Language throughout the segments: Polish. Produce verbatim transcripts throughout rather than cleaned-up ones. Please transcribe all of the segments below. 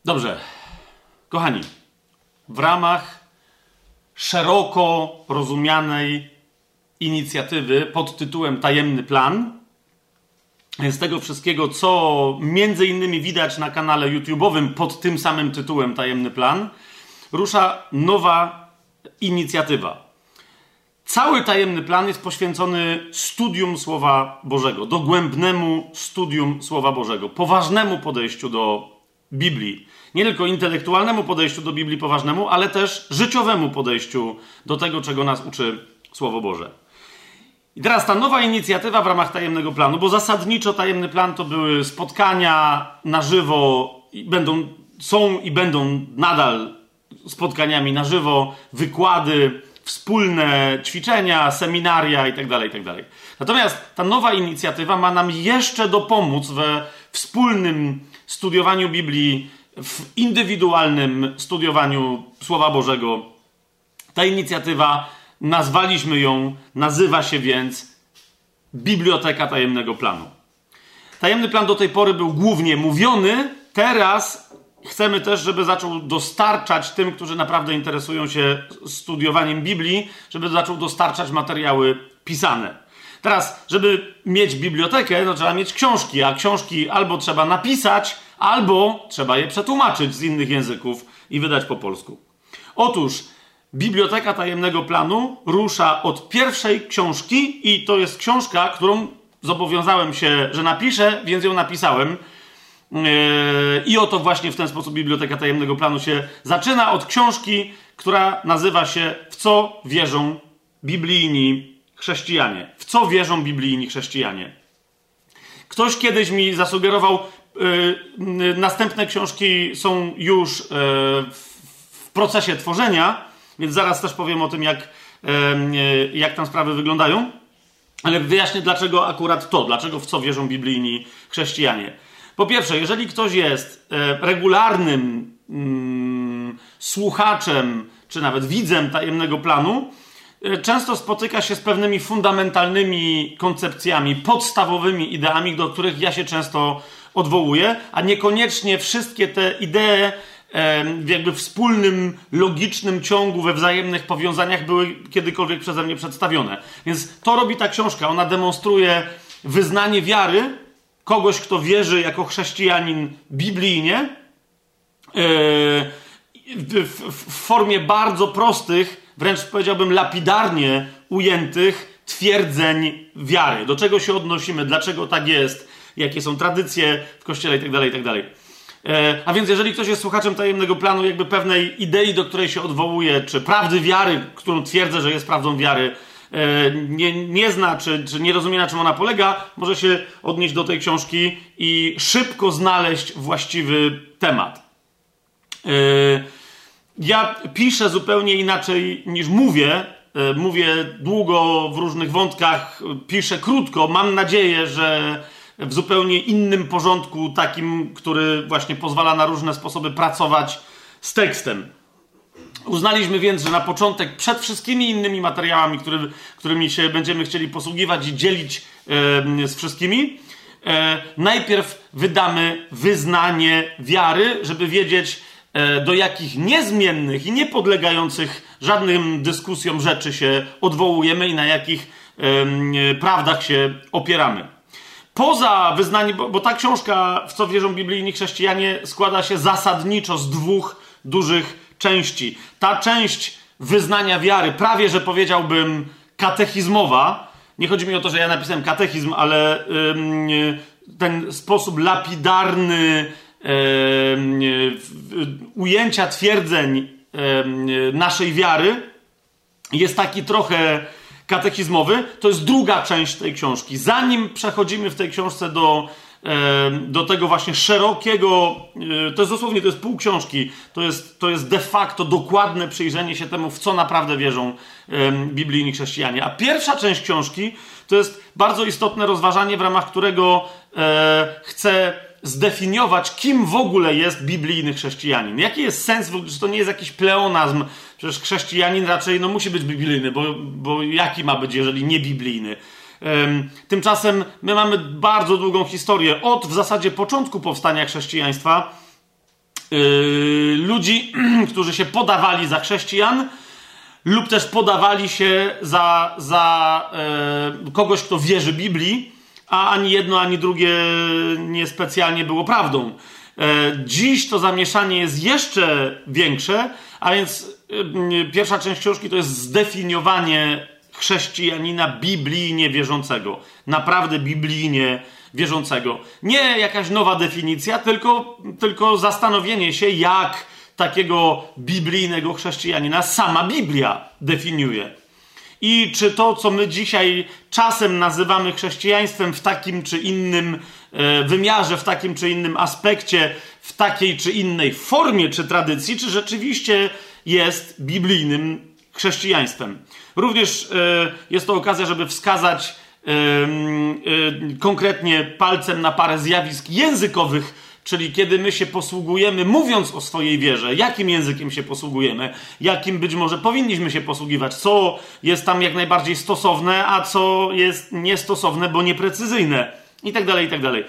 Dobrze. Kochani, w ramach szeroko rozumianej inicjatywy pod tytułem Tajemny Plan, z tego wszystkiego, co między innymi widać na kanale YouTube'owym pod tym samym tytułem Tajemny Plan, rusza nowa inicjatywa. Cały Tajemny Plan jest poświęcony studium Słowa Bożego, dogłębnemu studium Słowa Bożego, poważnemu podejściu do Biblii. Nie tylko intelektualnemu podejściu do Biblii poważnemu, ale też życiowemu podejściu do tego, czego nas uczy Słowo Boże. I teraz ta nowa inicjatywa w ramach Tajemnego Planu, bo zasadniczo Tajemny Plan to były spotkania na żywo, i będą, są i będą nadal spotkaniami na żywo, wykłady, wspólne ćwiczenia, seminaria itd., itd. Natomiast ta nowa inicjatywa ma nam jeszcze dopomóc we wspólnym studiowaniu Biblii, w indywidualnym studiowaniu Słowa Bożego. Ta inicjatywa, nazwaliśmy ją, nazywa się więc Biblioteka Tajemnego Planu. Tajemny Plan do tej pory był głównie mówiony, teraz chcemy też, żeby zaczął dostarczać tym, którzy naprawdę interesują się studiowaniem Biblii, żeby zaczął dostarczać materiały pisane. Teraz, żeby mieć bibliotekę, no trzeba mieć książki, a książki albo trzeba napisać, albo trzeba je przetłumaczyć z innych języków i wydać po polsku. Otóż Biblioteka Tajemnego Planu rusza od pierwszej książki i to jest książka, którą zobowiązałem się, że napiszę, więc ją napisałem. I oto właśnie w ten sposób Biblioteka Tajemnego Planu się zaczyna od książki, która nazywa się W co wierzą biblijni chrześcijanie. W co wierzą biblijni chrześcijanie. Ktoś kiedyś mi zasugerował, yy, następne książki są już yy, w procesie tworzenia, więc zaraz też powiem o tym, jak, yy, jak tam sprawy wyglądają. Ale wyjaśnię, dlaczego akurat to, dlaczego w co wierzą biblijni chrześcijanie. Po pierwsze, jeżeli ktoś jest e, regularnym mm, słuchaczem, czy nawet widzem Tajemnego Planu, e, często spotyka się z pewnymi fundamentalnymi koncepcjami, podstawowymi ideami, do których ja się często odwołuję, a niekoniecznie wszystkie te idee e, w jakby wspólnym, logicznym ciągu, we wzajemnych powiązaniach były kiedykolwiek przeze mnie przedstawione. Więc to robi ta książka. Ona demonstruje wyznanie wiary kogoś, kto wierzy jako chrześcijanin biblijnie, w formie bardzo prostych, wręcz powiedziałbym lapidarnie ujętych twierdzeń wiary. Do czego się odnosimy, dlaczego tak jest, jakie są tradycje w Kościele itd., itd. A więc jeżeli ktoś jest słuchaczem Tajemnego Planu, jakby pewnej idei, do której się odwołuje, czy prawdy wiary, którą twierdzę, że jest prawdą wiary, Nie, nie zna, czy, czy nie rozumie, na czym ona polega, może się odnieść do tej książki i szybko znaleźć właściwy temat. Yy, ja piszę zupełnie inaczej niż mówię. Yy, mówię długo w różnych wątkach, piszę krótko. Mam nadzieję, że w zupełnie innym porządku, takim, który właśnie pozwala na różne sposoby pracować z tekstem. Uznaliśmy więc, że na początek, przed wszystkimi innymi materiałami, który, którymi się będziemy chcieli posługiwać i dzielić e, z wszystkimi, e, najpierw wydamy wyznanie wiary, żeby wiedzieć, e, do jakich niezmiennych i niepodlegających żadnym dyskusjom rzeczy się odwołujemy i na jakich e, prawdach się opieramy. Poza wyznaniem, bo, bo ta książka, W co wierzą biblijni chrześcijanie, składa się zasadniczo z dwóch dużych części. Ta część wyznania wiary, prawie że powiedziałbym katechizmowa, nie chodzi mi o to, że ja napisałem katechizm, ale ym, ten sposób lapidarny ym, ujęcia twierdzeń ym, naszej wiary jest taki trochę katechizmowy. To jest druga część tej książki. Zanim przechodzimy w tej książce do do tego właśnie szerokiego, to jest dosłownie, to jest pół książki, to jest, to jest de facto dokładne przyjrzenie się temu, w co naprawdę wierzą um, biblijni chrześcijanie. A pierwsza część książki to jest bardzo istotne rozważanie, w ramach którego e, chcę zdefiniować, kim w ogóle jest biblijny chrześcijanin. Jaki jest sens, że to nie jest jakiś pleonazm, przecież chrześcijanin raczej no, musi być biblijny, bo, bo jaki ma być, jeżeli nie biblijny? Tymczasem my mamy bardzo długą historię od w zasadzie początku powstania chrześcijaństwa yy, ludzi, którzy się podawali za chrześcijan lub też podawali się za, za yy, kogoś, kto wierzy Biblii, a ani jedno, ani drugie niespecjalnie było prawdą. Dziś to zamieszanie jest jeszcze większe, a więc pierwsza część książki to jest zdefiniowanie chrześcijanina biblijnie wierzącego. Naprawdę biblijnie wierzącego. Nie jakaś nowa definicja, tylko, tylko zastanowienie się, jak takiego biblijnego chrześcijanina sama Biblia definiuje. I czy to, co my dzisiaj czasem nazywamy chrześcijaństwem w takim czy innym wymiarze, w takim czy innym aspekcie, w takiej czy innej formie czy tradycji, czy rzeczywiście jest biblijnym chrześcijaństwem. Również jest to okazja, żeby wskazać konkretnie palcem na parę zjawisk językowych, czyli kiedy my się posługujemy, mówiąc o swojej wierze, jakim językiem się posługujemy, jakim być może powinniśmy się posługiwać, co jest tam jak najbardziej stosowne, a co jest niestosowne, bo nieprecyzyjne i tak dalej, i tak dalej.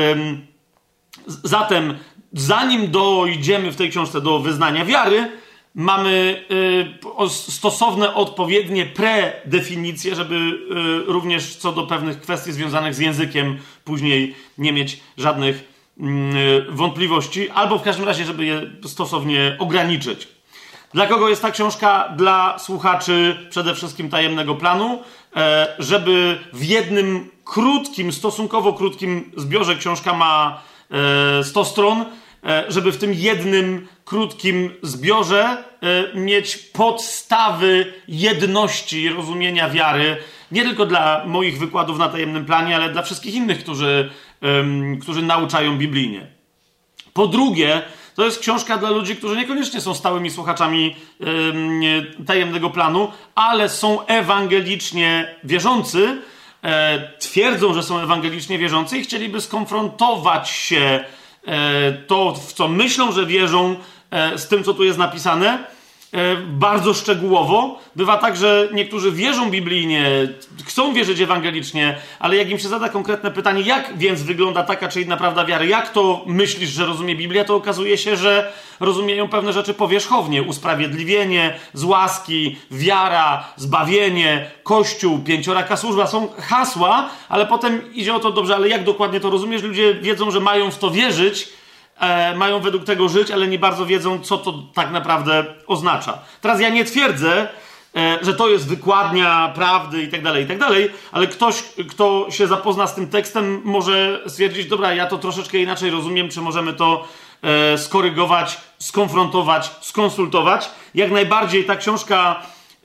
Zatem, zanim dojdziemy w tej książce do wyznania wiary, mamy stosowne, odpowiednie predefinicje, żeby również co do pewnych kwestii związanych z językiem później nie mieć żadnych wątpliwości, albo w każdym razie, żeby je stosownie ograniczyć. Dla kogo jest ta książka? Dla słuchaczy przede wszystkim Tajemnego Planu, żeby w jednym krótkim, stosunkowo krótkim zbiorze, książka ma sto stron, żeby w tym jednym krótkim zbiorze mieć podstawy jedności rozumienia wiary, nie tylko dla moich wykładów na Tajemnym Planie, ale dla wszystkich innych, którzy, um, którzy nauczają biblijnie. Po drugie, to jest książka dla ludzi, którzy niekoniecznie są stałymi słuchaczami um, Tajemnego Planu, ale są ewangelicznie wierzący, e, twierdzą, że są ewangelicznie wierzący i chcieliby skonfrontować się e, to, w co myślą, że wierzą, e, z tym, co tu jest napisane, bardzo szczegółowo. Bywa tak, że niektórzy wierzą biblijnie, chcą wierzyć ewangelicznie, ale jak im się zada konkretne pytanie, jak więc wygląda taka czy inna prawda wiary, jak to myślisz, że rozumie Biblia, to okazuje się, że rozumieją pewne rzeczy powierzchownie. Usprawiedliwienie, z łaski, wiara, zbawienie, Kościół, pięcioraka służba. Są hasła, ale potem idzie o to, dobrze, ale jak dokładnie to rozumiesz? Ludzie wiedzą, że mają w to wierzyć, E, mają według tego żyć, ale nie bardzo wiedzą, co to tak naprawdę oznacza. Teraz ja nie twierdzę, e, że to jest wykładnia prawdy i tak dalej, i tak dalej, ale ktoś, kto się zapozna z tym tekstem, może stwierdzić, dobra, ja to troszeczkę inaczej rozumiem, czy możemy to e, skorygować, skonfrontować, skonsultować. Jak najbardziej ta książka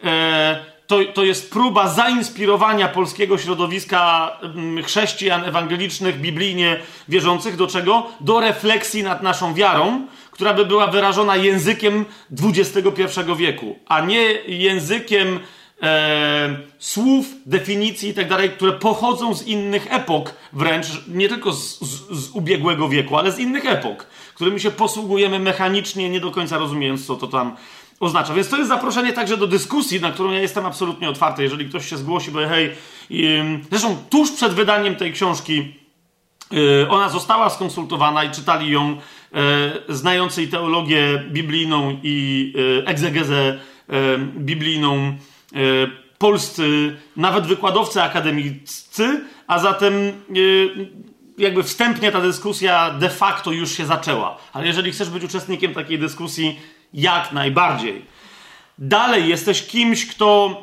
e, To, to jest próba zainspirowania polskiego środowiska chrześcijan ewangelicznych, biblijnie wierzących. Do czego? Do refleksji nad naszą wiarą, która by była wyrażona językiem dwudziestego pierwszego wieku, a nie językiem e, słów, definicji i tak dalej, które pochodzą z innych epok, wręcz nie tylko z, z, z ubiegłego wieku, ale z innych epok, którymi się posługujemy mechanicznie, nie do końca rozumiejąc, co to tam oznacza. Więc to jest zaproszenie także do dyskusji, na którą ja jestem absolutnie otwarty. Jeżeli ktoś się zgłosi, bo hej, yy, zresztą tuż przed wydaniem tej książki yy, ona została skonsultowana i czytali ją yy, znający teologię biblijną i yy, egzegezę yy, biblijną yy, polscy, nawet wykładowcy akademiccy, a zatem yy, jakby wstępnie ta dyskusja de facto już się zaczęła. Ale jeżeli chcesz być uczestnikiem takiej dyskusji, jak najbardziej. Dalej jesteś kimś, kto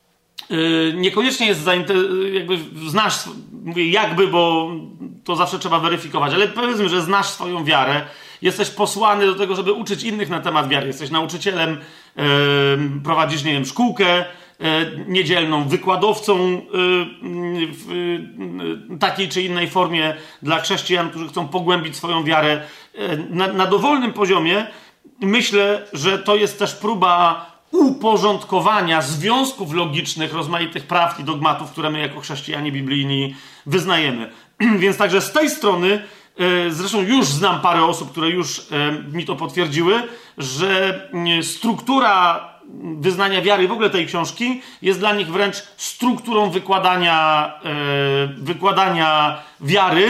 yy, niekoniecznie jest zainteresowany, jakby znasz, mówię jakby, bo to zawsze trzeba weryfikować, ale powiedzmy, że znasz swoją wiarę, jesteś posłany do tego, żeby uczyć innych na temat wiary, jesteś nauczycielem, yy, prowadzisz, nie wiem, szkółkę yy, niedzielną, wykładowcą yy, w yy, takiej czy innej formie dla chrześcijan, którzy chcą pogłębić swoją wiarę yy, na, na dowolnym poziomie. Myślę, że to jest też próba uporządkowania związków logicznych, rozmaitych praw i dogmatów, które my jako chrześcijanie biblijni wyznajemy. Więc także z tej strony, zresztą już znam parę osób, które już mi to potwierdziły, że struktura wyznania wiary, w ogóle tej książki, jest dla nich wręcz strukturą wykładania, wykładania wiary,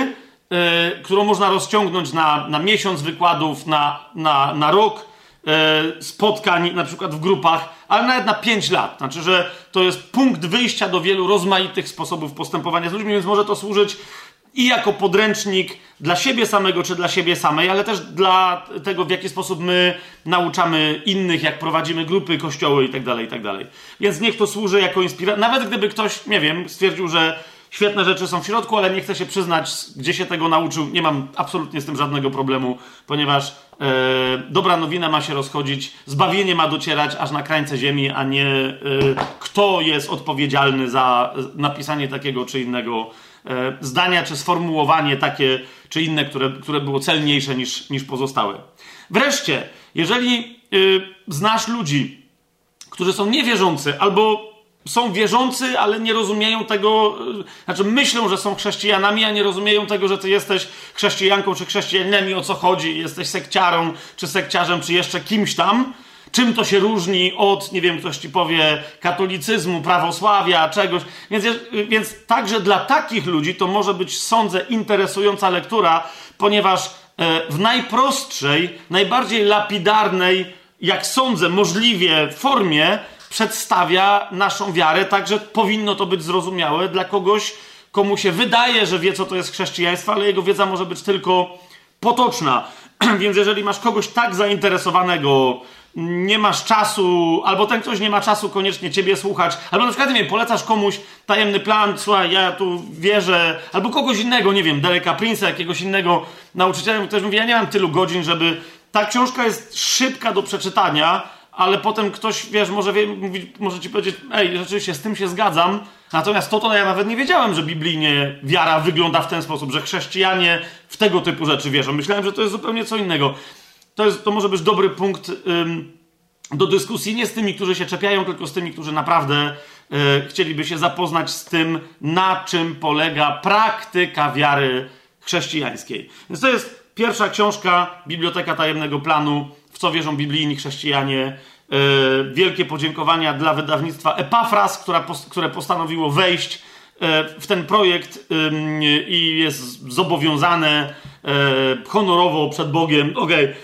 yy, którą można rozciągnąć na, na miesiąc wykładów, na, na, na rok yy, spotkań, na przykład w grupach, ale nawet na pięć lat. Znaczy, że to jest punkt wyjścia do wielu rozmaitych sposobów postępowania z ludźmi, więc może to służyć i jako podręcznik dla siebie samego, czy dla siebie samej, ale też dla tego, w jaki sposób my nauczamy innych, jak prowadzimy grupy, kościoły itd., itd. Więc niech to służy jako inspiracja. Nawet gdyby ktoś, nie wiem, stwierdził, że świetne rzeczy są w środku, ale nie chce się przyznać, gdzie się tego nauczył. Nie mam absolutnie z tym żadnego problemu, ponieważ e, dobra nowina ma się rozchodzić, zbawienie ma docierać aż na krańce ziemi, a nie e, kto jest odpowiedzialny za napisanie takiego czy innego e, zdania, czy sformułowanie takie czy inne, które, które było celniejsze niż, niż pozostałe. Wreszcie, jeżeli e, znasz ludzi, którzy są niewierzący albo są wierzący, ale nie rozumieją tego, znaczy myślą, że są chrześcijanami, a nie rozumieją tego, że ty jesteś chrześcijanką czy chrześcijaninem, o co chodzi, jesteś sekciarą, czy sekciarzem, czy jeszcze kimś tam. Czym to się różni od, nie wiem, ktoś ci powie, katolicyzmu, prawosławia, czegoś. Więc, więc także dla takich ludzi to może być, sądzę, interesująca lektura, ponieważ w najprostszej, najbardziej lapidarnej, jak sądzę, możliwie formie przedstawia naszą wiarę, tak że powinno to być zrozumiałe dla kogoś, komu się wydaje, że wie, co to jest chrześcijaństwo, ale jego wiedza może być tylko potoczna. Więc jeżeli masz kogoś tak zainteresowanego, nie masz czasu, albo ten ktoś nie ma czasu koniecznie ciebie słuchać, albo na przykład, nie wiem, polecasz komuś tajemny plan, słuchaj, ja tu wierzę, albo kogoś innego, nie wiem, Dereka Prince'a, jakiegoś innego nauczyciela, ktoś mówi, ja nie mam tylu godzin, żeby... Ta książka jest szybka do przeczytania, ale potem ktoś, wiesz, może, wie, może ci powiedzieć, ej, rzeczywiście z tym się zgadzam, natomiast to, to ja nawet nie wiedziałem, że biblijnie wiara wygląda w ten sposób, że chrześcijanie w tego typu rzeczy wierzą. Myślałem, że to jest zupełnie co innego. To, jest, to może być dobry punkt ym, do dyskusji, nie z tymi, którzy się czepiają, tylko z tymi, którzy naprawdę y, chcieliby się zapoznać z tym, na czym polega praktyka wiary chrześcijańskiej. Więc to jest pierwsza książka, Biblioteka Tajemnego Planu, w co wierzą biblijni chrześcijanie. Yy, wielkie podziękowania dla wydawnictwa Epafras, która pos- które postanowiło wejść yy, w ten projekt yy, i jest zobowiązane yy, honorowo przed Bogiem, okay,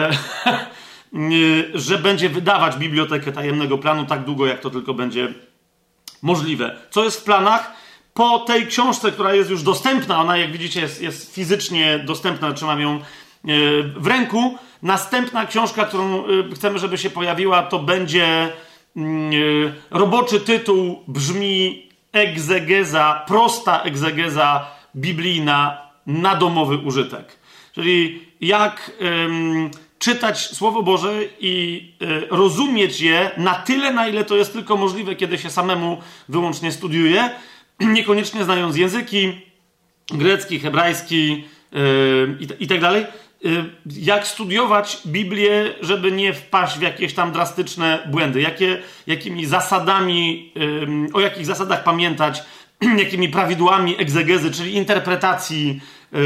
yy, yy, że będzie wydawać Bibliotekę Tajemnego Planu tak długo, jak to tylko będzie możliwe. Co jest w planach? Po tej książce, która jest już dostępna, ona, jak widzicie, jest, jest fizycznie dostępna, trzymam ją yy, w ręku. Następna książka, którą chcemy, żeby się pojawiła, to będzie yy, roboczy tytuł, brzmi egzegeza, prosta egzegeza biblijna na domowy użytek. Czyli jak yy, czytać Słowo Boże i yy, rozumieć je na tyle, na ile to jest tylko możliwe, kiedy się samemu wyłącznie studiuje, niekoniecznie znając języki, grecki, hebrajski yy, i, i tak dalej. Jak studiować Biblię, żeby nie wpaść w jakieś tam drastyczne błędy. Jakie, jakimi zasadami, o jakich zasadach pamiętać, jakimi prawidłami egzegezy, czyli interpretacji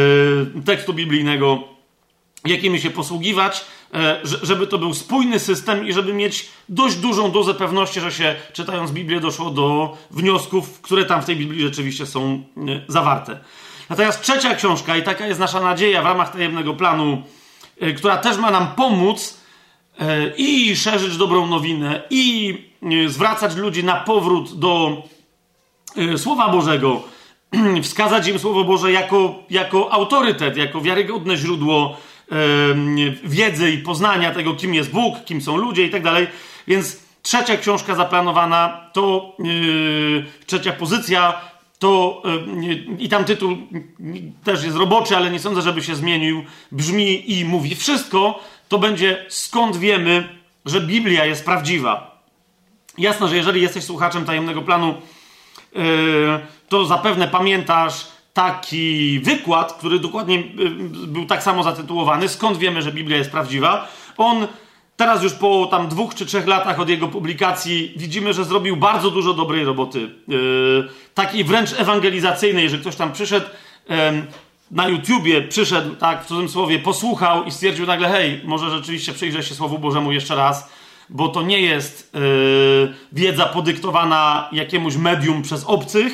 tekstu biblijnego, jakimi się posługiwać, żeby to był spójny system i żeby mieć dość dużą dozę pewności, że się, czytając Biblię, doszło do wniosków, które tam w tej Biblii rzeczywiście są zawarte. Natomiast trzecia książka, i taka jest nasza nadzieja w ramach Tajemnego Planu, yy, która też ma nam pomóc yy, i szerzyć dobrą nowinę, i yy, zwracać ludzi na powrót do yy, Słowa Bożego, yy, wskazać im Słowo Boże jako, jako autorytet, jako wiarygodne źródło yy, wiedzy i poznania tego, kim jest Bóg, kim są ludzie i tak dalej. Więc trzecia książka zaplanowana to yy, trzecia pozycja, to yy, i tam tytuł też jest roboczy, ale nie sądzę, żeby się zmienił, brzmi i mówi wszystko, to będzie skąd wiemy, że Biblia jest prawdziwa. Jasno, że jeżeli jesteś słuchaczem Tajemnego Planu, yy, to zapewne pamiętasz taki wykład, który dokładnie yy, był tak samo zatytułowany, skąd wiemy, że Biblia jest prawdziwa. On teraz już po tam dwóch czy trzech latach od jego publikacji widzimy, że zrobił bardzo dużo dobrej roboty. Yy, takiej wręcz ewangelizacyjnej, że ktoś tam przyszedł yy, na YouTubie, przyszedł, tak, w cudzysłowie, posłuchał i stwierdził nagle, hej, może rzeczywiście przyjrzę się Słowu Bożemu jeszcze raz, bo to nie jest yy, wiedza podyktowana jakiemuś medium przez obcych,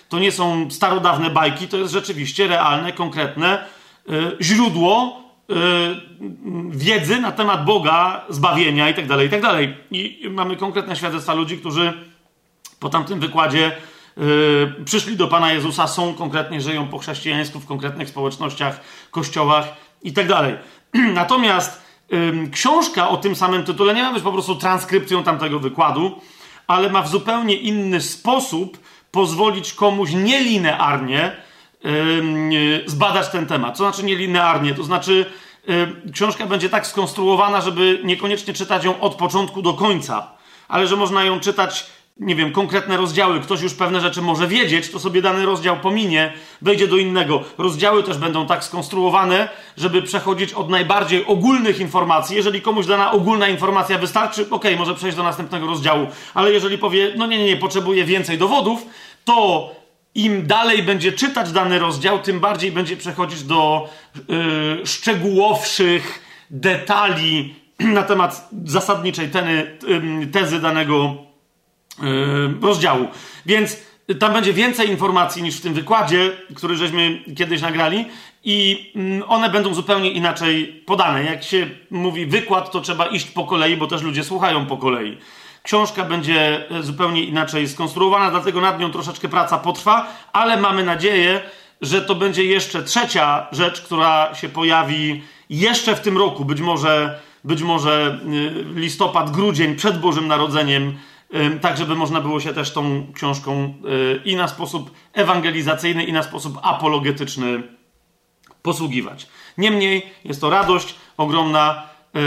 to nie są starodawne bajki, to jest rzeczywiście realne, konkretne y, źródło y, wiedzy na temat Boga, zbawienia i tak dalej, i tak dalej. I mamy konkretne świadectwa ludzi, którzy po tamtym wykładzie y, przyszli do Pana Jezusa, są konkretnie, żyją po chrześcijańsku w konkretnych społecznościach, kościołach i tak dalej. Natomiast y, książka o tym samym tytule nie ma być po prostu transkrypcją tamtego wykładu, ale ma w zupełnie inny sposób pozwolić komuś nielinearnie yy, zbadać ten temat. Co znaczy nielinearnie? To znaczy yy, książka będzie tak skonstruowana, żeby niekoniecznie czytać ją od początku do końca, ale że można ją czytać, nie wiem, konkretne rozdziały. Ktoś już pewne rzeczy może wiedzieć, to sobie dany rozdział pominie, wejdzie do innego. Rozdziały też będą tak skonstruowane, żeby przechodzić od najbardziej ogólnych informacji. Jeżeli komuś dana ogólna informacja wystarczy, okej, okay, może przejść do następnego rozdziału, ale jeżeli powie, no nie, nie, nie, potrzebuję więcej dowodów, to im dalej będzie czytać dany rozdział, tym bardziej będzie przechodzić do yy, szczegółowszych detali na temat zasadniczej teny, yy, tezy danego rozdziału. Więc tam będzie więcej informacji niż w tym wykładzie, który żeśmy kiedyś nagrali i one będą zupełnie inaczej podane. Jak się mówi wykład, to trzeba iść po kolei, bo też ludzie słuchają po kolei. Książka będzie zupełnie inaczej skonstruowana, dlatego nad nią troszeczkę praca potrwa, ale mamy nadzieję, że to będzie jeszcze trzecia rzecz, która się pojawi jeszcze w tym roku, być może, być może listopad, grudzień, przed Bożym Narodzeniem, tak żeby można było się też tą książką i na sposób ewangelizacyjny, i na sposób apologetyczny posługiwać. Niemniej jest to radość ogromna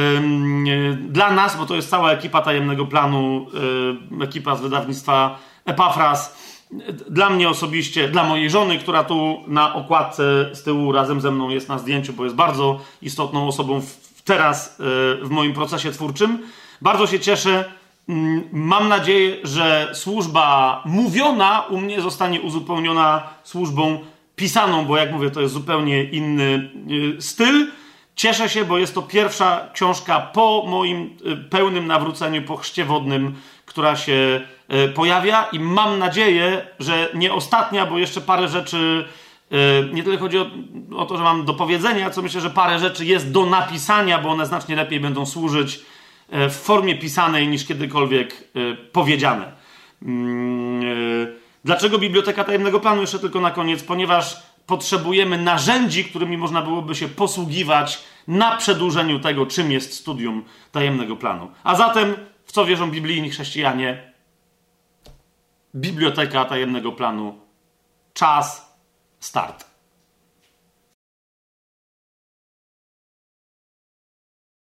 dla nas, bo to jest cała ekipa Tajemnego Planu, ekipa z wydawnictwa Epafras. Dla mnie osobiście, dla mojej żony, która tu na okładce z tyłu razem ze mną jest na zdjęciu, bo jest bardzo istotną osobą w, teraz w moim procesie twórczym. Bardzo się cieszę. Mam nadzieję, że służba mówiona u mnie zostanie uzupełniona służbą pisaną, bo jak mówię, to jest zupełnie inny styl. Cieszę się, bo jest to pierwsza książka po moim pełnym nawróceniu, po chrzcie wodnym, która się pojawia i mam nadzieję, że nie ostatnia, bo jeszcze parę rzeczy, nie tyle chodzi o, o to, że mam do powiedzenia, co myślę, że parę rzeczy jest do napisania, bo one znacznie lepiej będą służyć w formie pisanej niż kiedykolwiek powiedziane. Dlaczego Biblioteka Tajemnego Planu? Jeszcze tylko na koniec, ponieważ potrzebujemy narzędzi, którymi można byłoby się posługiwać na przedłużeniu tego, czym jest studium Tajemnego Planu. A zatem, w co wierzą biblijni chrześcijanie? Biblioteka Tajemnego Planu. Czas, start.